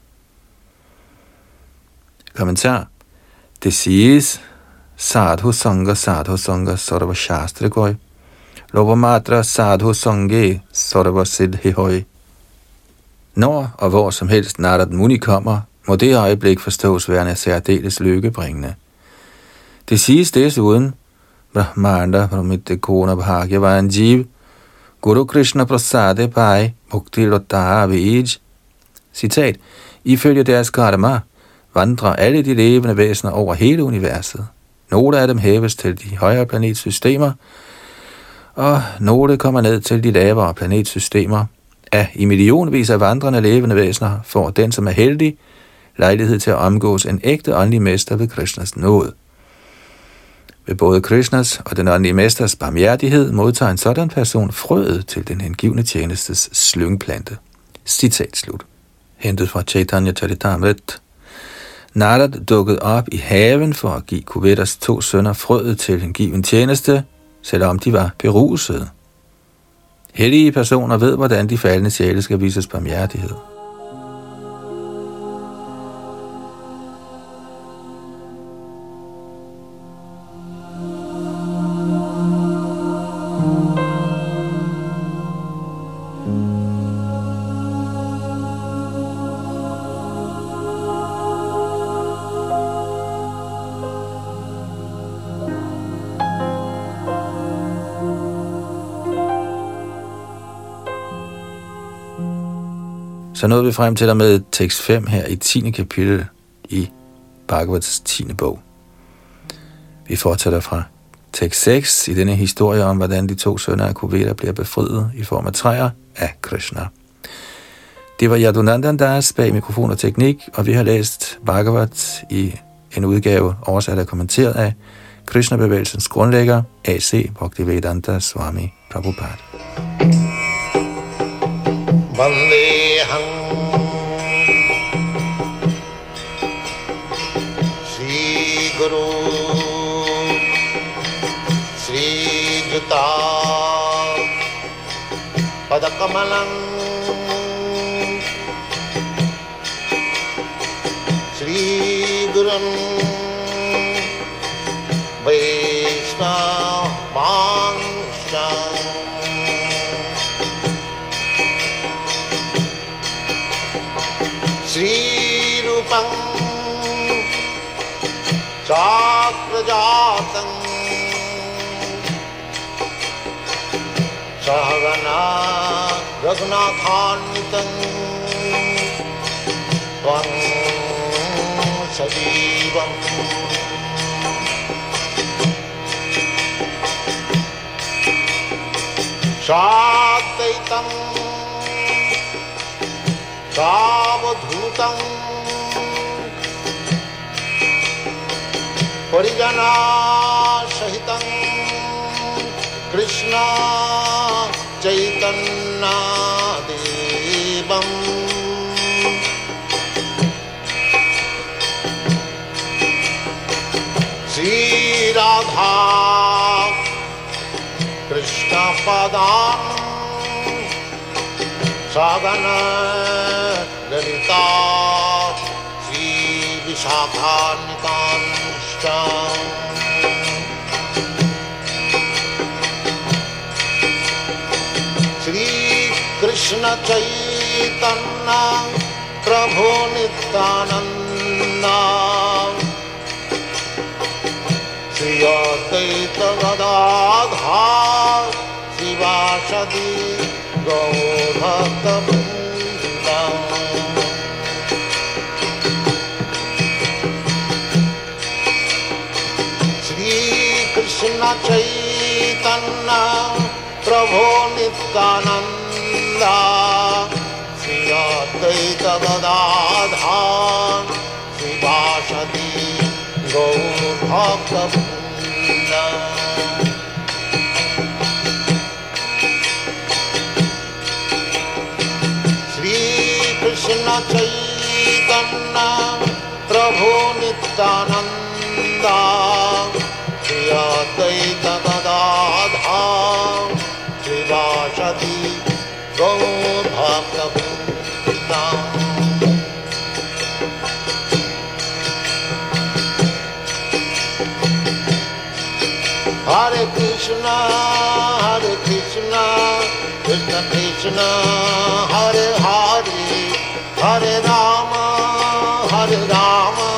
Kommentar. Det siges, Sadhu Sangha Sadhu Sangha Sarva Shastra Goy, Lobamatra Sadhu Sangha Sarva Siddhi Hoy. Når og hvor som helst Narad Muni kommer, må det øjeblik forstås værende særdeles lykkebringende. Det siges desuden, Brahmanda Brahmitte Kona Bhagyavan Jiv, Guru Krishna Prasade Pai, Mukti Lotaha Vij. Citat, ifølge deres karma vandrer alle de levende væsener over hele universet. Nogle af dem hæves til de højere planetsystemer, og nogle kommer ned til de lavere planetsystemer. Af i millionvis af vandrende levende væsener får den, som er heldig, lejlighed til at omgås en ægte åndelig mester ved Krishnas nåde. Ved både Krishnas og den åndelige mesters barmhjertighed modtager en sådan person frøet til den hengivne tjenestes slyngplante. Citat slut. Hentet fra Chaitanya Charitamrita. Narad dukkede op i haven for at give Kuvedas to sønner frøet til hengiven tjeneste, selvom de var berusede. Hellige personer ved, hvordan de faldne sjæle skal vises barmhjertighed. Så nåede vi frem til der med tekst fem her i tiende kapitel i Bhagavats tiende bog. Vi fortsætter fra tekst seks i denne historie om, hvordan de to sønner af Kuvera bliver befriet i form af træer af Krishna. Det var Yadunandan Das bag mikrofon og teknik, og vi har læst Bhagavat i en udgave oversat og kommenteret af Krishna-bevægelsens grundlægger, A C Bhaktivedanta Swami Prabhupada. Vandeham Shri Guru Shri Juta Padakamalam Shri Gurun Vaishnavanshan Shri Rupam Chakrajatam Sahagana Raghunathanvitam Tvam Sajivam Sadvaitam Savadhutam Parijana Sahitam Krishna Chaitanya Devam Shri Radha Krishna Padam Sagana Lalita Shri Vishakhanikanstam Shri Krishna Chaitanya Prabhu Nityananda Shri Advaita Gadadhar Shivasadi Gaur Bhakta Shri Krishna Chaitanya Prabhu Nityananda Shri Advaita Gadadhar Shivasadi Gaur Bhakta Shri Krishna Chaitanya Prabhu Nityananda Shri Advaita Gadadhar Shivasadi Gaur Bhakta Hare Krishna, Hare Krishna, Krishna Krishna, Hare Hare, Hare Rama, Hare Rama,